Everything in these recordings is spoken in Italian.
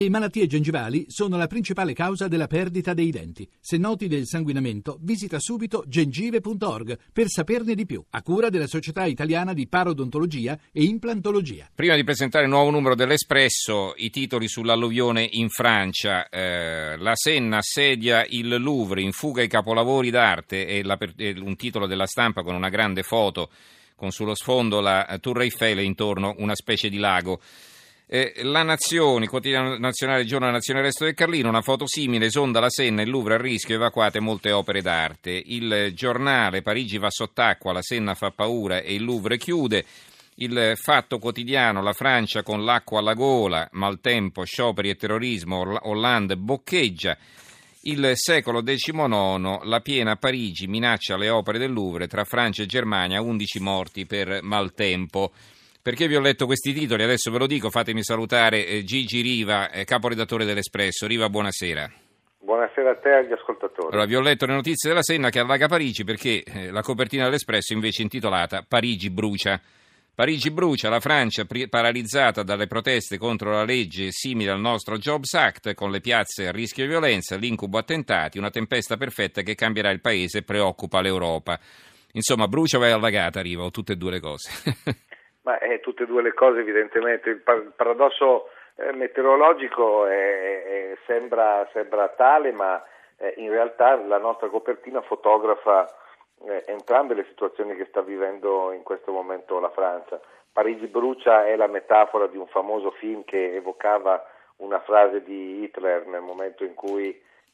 Le malattie gengivali sono la principale causa della perdita dei denti. Se noti del sanguinamento, visita subito gengive.org per saperne di più, a cura della Società Italiana di Parodontologia e Implantologia. Prima di presentare il nuovo numero dell'Espresso, i titoli sull'alluvione in Francia. La Senna assedia il Louvre, in fuga i capolavori d'arte, è un titolo della Stampa con una grande foto, con sullo sfondo la Tour Eiffel e intorno una specie di lago. La Nazione, il quotidiano nazionale, il giorno nazionale Resto del Carlino, una foto simile, esonda la Senna, il Louvre a rischio, evacuate molte opere d'arte. Il Giornale, Parigi va sott'acqua, la Senna fa paura e il Louvre chiude. Il Fatto Quotidiano, la Francia con l'acqua alla gola, maltempo, scioperi e terrorismo, Hollande boccheggia. Il Secolo XIX, la piena Parigi minaccia le opere del Louvre, tra Francia e Germania 11 morti per maltempo. Perché vi ho letto questi titoli? Adesso ve lo dico, fatemi salutare Gigi Riva, caporedattore dell'Espresso. Riva, buonasera. Buonasera a te e agli ascoltatori. Allora, vi ho letto le notizie della Senna che allaga Parigi perché la copertina dell'Espresso invece è intitolata Parigi brucia. Parigi brucia, la Francia paralizzata dalle proteste contro la legge simile al nostro Jobs Act, con le piazze a rischio di violenza, l'incubo attentati, una tempesta perfetta che cambierà il paese e preoccupa l'Europa. Insomma, brucia o è allagata, Riva, o tutte e due le cose? Ma tutte e due le cose, evidentemente. Il paradosso meteorologico sembra tale, ma in realtà la nostra copertina fotografa entrambe le situazioni che sta vivendo in questo momento la Francia. Parigi brucia è la metafora di un famoso film che evocava una frase di Hitler nel momento in cui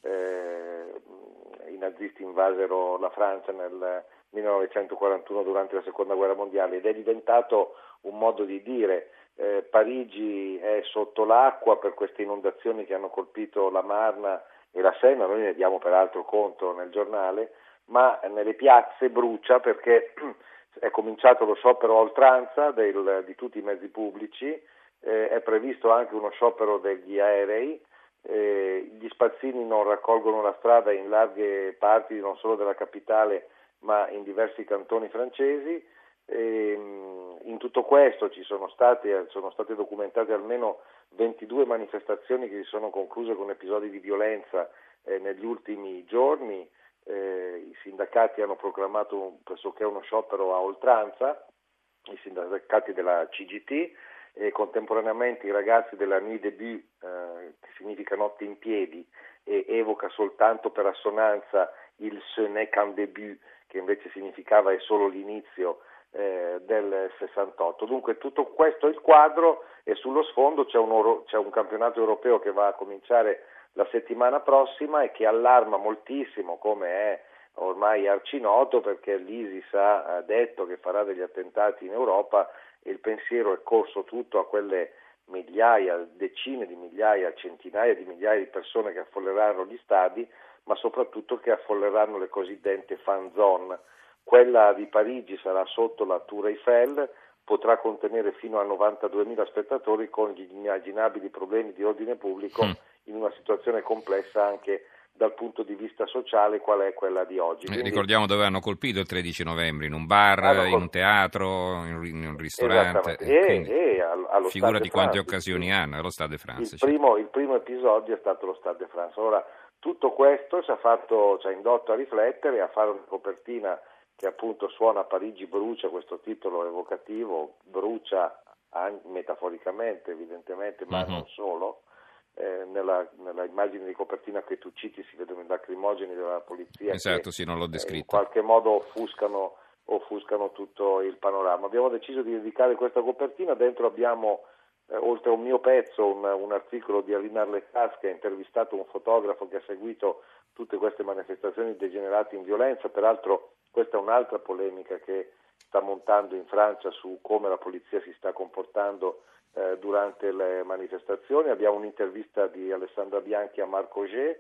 i nazisti invasero la Francia nel 1941 durante la seconda guerra mondiale, ed è diventato un modo di dire. Parigi è sotto l'acqua per queste inondazioni che hanno colpito la Marna e la Senna, noi ne diamo peraltro conto nel giornale, ma nelle piazze brucia perché è cominciato lo sciopero a oltranza di tutti i mezzi pubblici, è previsto anche uno sciopero degli aerei, gli spazzini non raccolgono la strada in larghe parti non solo della capitale ma in diversi cantoni francesi. In tutto questo sono state documentate almeno 22 manifestazioni che si sono concluse con episodi di violenza negli ultimi giorni. I sindacati hanno proclamato pressoché uno sciopero a oltranza, i sindacati della CGT, e contemporaneamente i ragazzi della Nuit début, che significa notte in piedi e evoca soltanto per assonanza il Ce n'est qu'un début, che invece significava è solo l'inizio del 68. Dunque tutto questo è il quadro, e sullo sfondo c'è un campionato europeo che va a cominciare la settimana prossima e che allarma moltissimo, come è ormai arcinoto, perché l'ISIS ha detto che farà degli attentati in Europa e il pensiero è corso tutto a quelle migliaia, decine di migliaia, centinaia di migliaia di persone che affolleranno gli stadi, ma soprattutto che affolleranno le cosiddette fan zone. Quella di Parigi sarà sotto la Tour Eiffel, potrà contenere fino a 92.000 spettatori con gli inimmaginabili problemi di ordine pubblico in una situazione complessa anche dal punto di vista sociale qual è quella di oggi. Quindi, ricordiamo dove hanno colpito il 13 novembre, in un bar, in un teatro, in un ristorante. E allo figurati Stade quante France, occasioni hanno allo Stade de France. Il primo episodio è stato lo Stade de France. Ora, tutto questo ci ha indotto a riflettere, a fare una copertina che appunto suona Parigi brucia, questo titolo evocativo, brucia anche metaforicamente evidentemente, ma non solo. Nella immagine di copertina che tu citi si vedono i lacrimogeni della polizia, esatto, che sì, non l'ho descritto. In qualche modo offuscano tutto il panorama. Abbiamo deciso di dedicare questa copertina, dentro abbiamo oltre a un mio pezzo un articolo di Alina Arlettas, che ha intervistato un fotografo che ha seguito tutte queste manifestazioni degenerate in violenza. Peraltro questa è un'altra polemica che sta montando in Francia su come la polizia si sta comportando durante le manifestazioni. Abbiamo un'intervista di Alessandra Bianchi a Marc Auger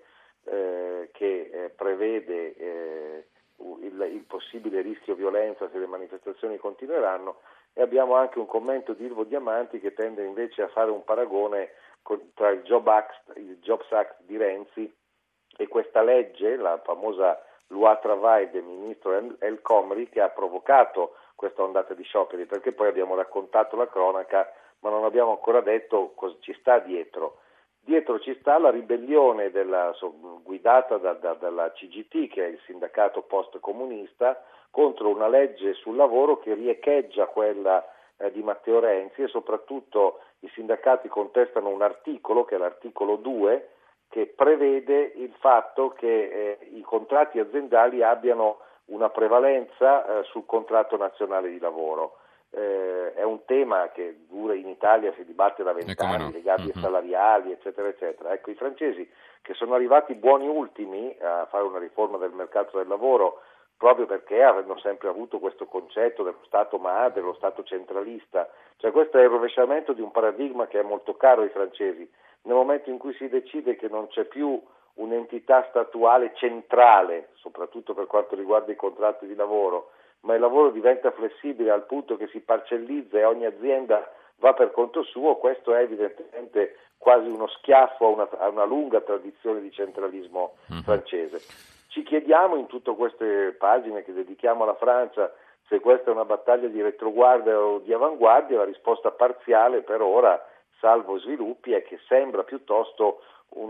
che prevede il possibile rischio violenza se le manifestazioni continueranno, e abbiamo anche un commento di Ilvo Diamanti che tende invece a fare un paragone tra il Jobs Act di Renzi e questa legge, la famosa Loi Travail del ministro El Khomri, che ha provocato questa ondata di scioperi, perché poi abbiamo raccontato la cronaca ma non abbiamo ancora detto cosa ci sta dietro. Dietro ci sta la ribellione guidata dalla CGT, che è il sindacato post-comunista, contro una legge sul lavoro che riecheggia quella di Matteo Renzi, e soprattutto i sindacati contestano un articolo, che è l'articolo 2, che prevede il fatto che i contratti aziendali abbiano una prevalenza sul contratto nazionale di lavoro. È un tema che in Italia si dibatte da 20 anni, le gabbie salariali, eccetera, eccetera. Ecco, i francesi, che sono arrivati buoni ultimi a fare una riforma del mercato del lavoro, proprio perché hanno sempre avuto questo concetto dello Stato madre, dello Stato centralista, cioè questo è il rovesciamento di un paradigma che è molto caro ai francesi. Nel momento in cui si decide che non c'è più un'entità statuale centrale, soprattutto per quanto riguarda i contratti di lavoro, ma il lavoro diventa flessibile al punto che si parcellizza e ogni azienda va per conto suo, questo è evidentemente quasi uno schiaffo a una lunga tradizione di centralismo francese. Ci chiediamo in tutte queste pagine che dedichiamo alla Francia se questa è una battaglia di retroguardia o di avanguardia. La risposta parziale per ora, salvo sviluppi, è che sembra piuttosto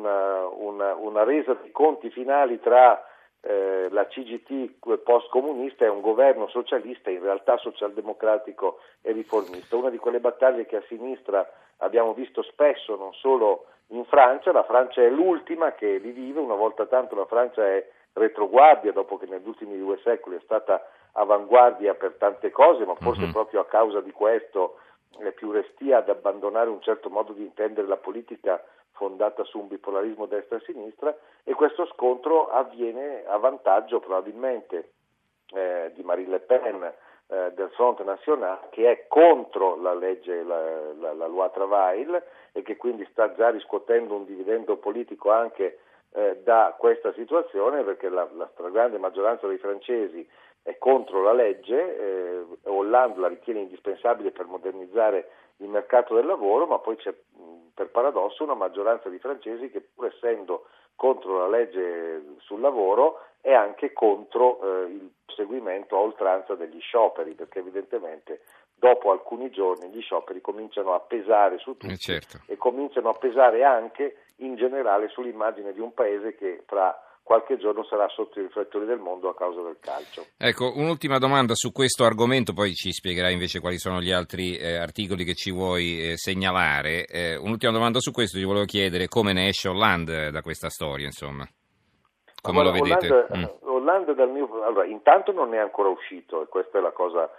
una resa di conti finali tra la CGT post-comunista e un governo socialista, in realtà socialdemocratico e riformista. Una di quelle battaglie che a sinistra abbiamo visto spesso, non solo in Francia. La Francia è l'ultima che li vive, una volta tanto la Francia è retroguardia, dopo che negli ultimi 2 secoli è stata avanguardia per tante cose, ma forse proprio a causa di questo è più restia ad abbandonare un certo modo di intendere la politica fondata su un bipolarismo destra e sinistra, e questo scontro avviene a vantaggio probabilmente di Marine Le Pen, del Front National, che è contro la legge, la loi Travail, e che quindi sta già riscuotendo un dividendo politico anche da questa situazione, perché la stragrande maggioranza dei francesi è contro la legge. Hollande la ritiene indispensabile per modernizzare il mercato del lavoro, ma poi c'è per paradosso una maggioranza di francesi che, pur essendo contro la legge sul lavoro, è anche contro il seguimento a oltranza degli scioperi, perché evidentemente dopo alcuni giorni gli scioperi cominciano a pesare su tutti, certo. E cominciano a pesare anche in generale sull'immagine di un paese che fra qualche giorno sarà sotto i riflettori del mondo a causa del calcio. Ecco, un'ultima domanda su questo argomento, poi ci spiegherai invece quali sono gli altri articoli che ci vuoi segnalare. Un'ultima domanda su questo, ti volevo chiedere come ne esce Hollande da questa storia, insomma. Come lo vedete? Hollande allora, intanto non è ancora uscito, e questa è la cosa,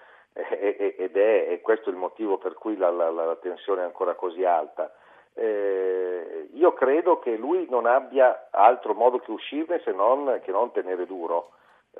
e questo è il motivo per cui la tensione è ancora così alta. Io credo che lui non abbia altro modo che uscirne che non tenere duro,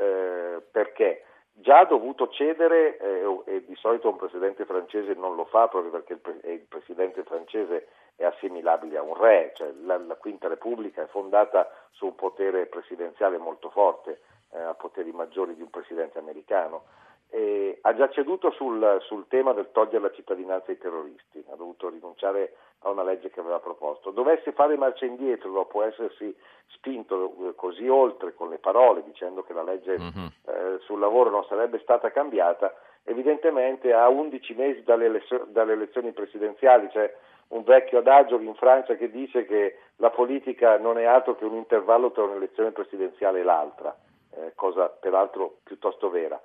perché già ha dovuto cedere, e di solito un presidente francese non lo fa proprio perché il presidente francese è assimilabile a un re, cioè la Quinta Repubblica è fondata su un potere presidenziale molto forte, a poteri maggiori di un presidente americano. Ha già ceduto sul tema del togliere la cittadinanza ai terroristi, ha dovuto rinunciare a una legge che aveva proposto. Dovesse fare marcia indietro dopo essersi spinto così oltre con le parole, dicendo che la legge sul lavoro non sarebbe stata cambiata, evidentemente a 11 mesi dalle elezioni presidenziali, c'è un vecchio adagio in Francia che dice che la politica non è altro che un intervallo tra un'elezione presidenziale e l'altra, cosa peraltro piuttosto vera.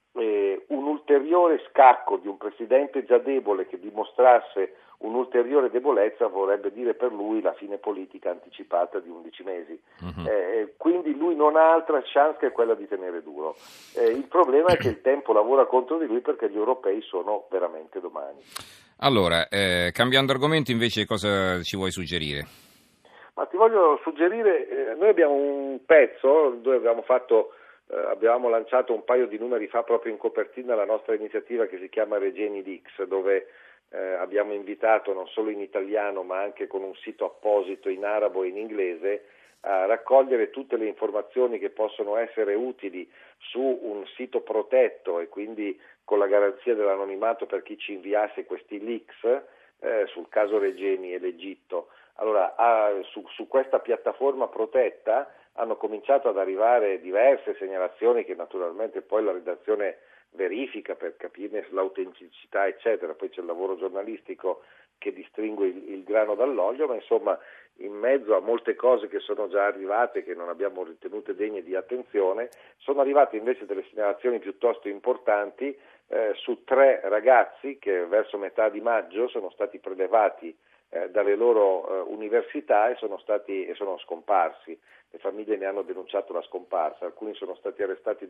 Un ulteriore scacco di un presidente già debole che dimostrasse un'ulteriore debolezza vorrebbe dire per lui la fine politica anticipata di 11 mesi. Quindi lui non ha altra chance che quella di tenere duro. Il problema è che il tempo lavora contro di lui, perché gli europei sono veramente domani. Allora, cambiando argomento invece, cosa ci vuoi suggerire? Ma ti voglio suggerire, noi abbiamo un pezzo dove abbiamo lanciato un paio di numeri fa proprio in copertina la nostra iniziativa che si chiama Regeni Dix, dove abbiamo invitato non solo in italiano ma anche con un sito apposito in arabo e in inglese a raccogliere tutte le informazioni che possono essere utili su un sito protetto e quindi con la garanzia dell'anonimato per chi ci inviasse questi leaks sul caso Regeni e l'Egitto. Allora, su questa piattaforma protetta hanno cominciato ad arrivare diverse segnalazioni che naturalmente poi la redazione verifica per capirne l'autenticità, eccetera. Poi c'è il lavoro giornalistico che distingue il grano dall'olio, ma insomma in mezzo a molte cose che sono già arrivate, che non abbiamo ritenute degne di attenzione, sono arrivate invece delle segnalazioni piuttosto importanti su 3 ragazzi che verso metà di maggio sono stati prelevati dalle loro università e sono scomparsi. Le famiglie ne hanno denunciato la scomparsa, alcuni sono stati arrestati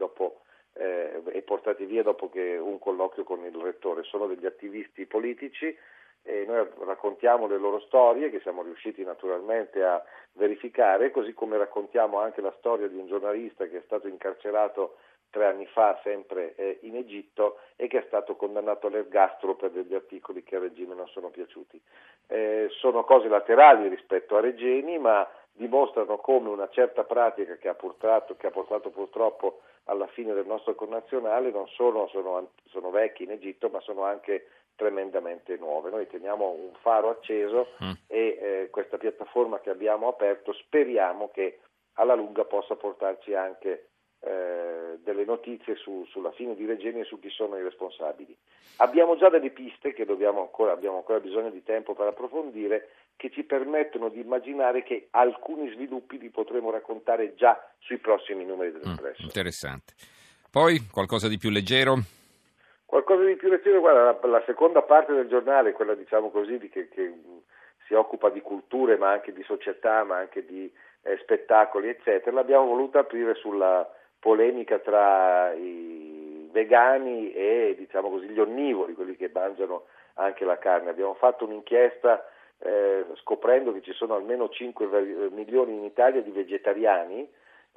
e portati via dopo che un colloquio con il rettore. Sono degli attivisti politici e noi raccontiamo le loro storie, che siamo riusciti naturalmente a verificare, così come raccontiamo anche la storia di un giornalista che è stato incarcerato 3 anni fa sempre in Egitto e che è stato condannato all'ergastolo per degli articoli che al regime non sono piaciuti. Sono cose laterali rispetto a Regeni, ma dimostrano come una certa pratica che ha portato purtroppo alla fine del nostro connazionale non sono vecchi in Egitto, ma sono anche tremendamente nuove. Noi teniamo un faro acceso e questa piattaforma che abbiamo aperto speriamo che alla lunga possa portarci anche delle notizie sulla fine di Regeni e su chi sono i responsabili. Abbiamo già delle piste che abbiamo ancora bisogno di tempo per approfondire, che ci permettono di immaginare che alcuni sviluppi li potremo raccontare già sui prossimi numeri dell'Espresso. Interessante. Poi qualcosa di più leggero? Qualcosa di più leggero, guarda, la seconda parte del giornale, quella diciamo così che si occupa di culture ma anche di società, ma anche di spettacoli eccetera, l'abbiamo voluta aprire sulla polemica tra i vegani e diciamo così gli onnivori, quelli che mangiano anche la carne. Abbiamo fatto un'inchiesta scoprendo che ci sono almeno 5 milioni in Italia di vegetariani,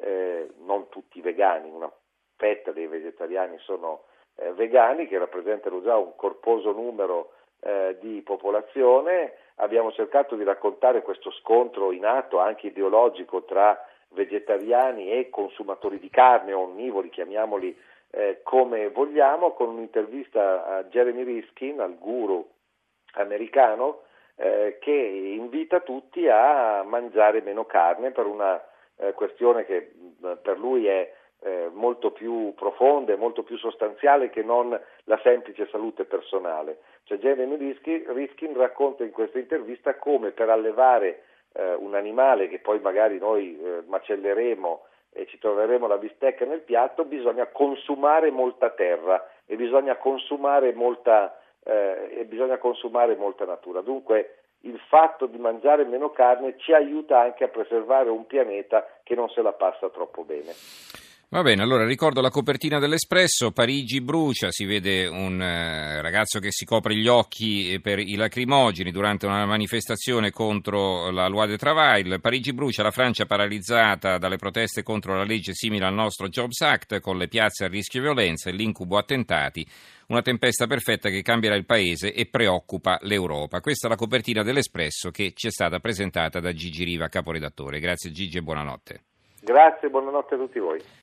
non tutti vegani, una fetta dei vegetariani sono vegani, che rappresentano già un corposo numero di popolazione. Abbiamo cercato di raccontare questo scontro in atto anche ideologico tra vegetariani e consumatori di carne o onnivori, chiamiamoli come vogliamo, con un'intervista a Jeremy Riskin, al guru americano, che invita tutti a mangiare meno carne per una questione che per lui è molto più profonda e molto più sostanziale che non la semplice salute personale. Cioè Jeremy Riskin racconta in questa intervista come per allevare un animale che poi magari noi macelleremo e ci troveremo la bistecca nel piatto, bisogna consumare molta terra e bisogna consumare molta natura. Dunque il fatto di mangiare meno carne ci aiuta anche a preservare un pianeta che non se la passa troppo bene. Va bene, allora ricordo la copertina dell'Espresso: Parigi brucia, si vede un ragazzo che si copre gli occhi per i lacrimogeni durante una manifestazione contro la Loi de Travail. Parigi brucia, la Francia paralizzata dalle proteste contro la legge simile al nostro Jobs Act, con le piazze a rischio violenza e l'incubo attentati, una tempesta perfetta che cambierà il paese e preoccupa l'Europa. Questa è la copertina dell'Espresso che ci è stata presentata da Gigi Riva, caporedattore. Grazie Gigi e buonanotte. Grazie, buonanotte a tutti voi.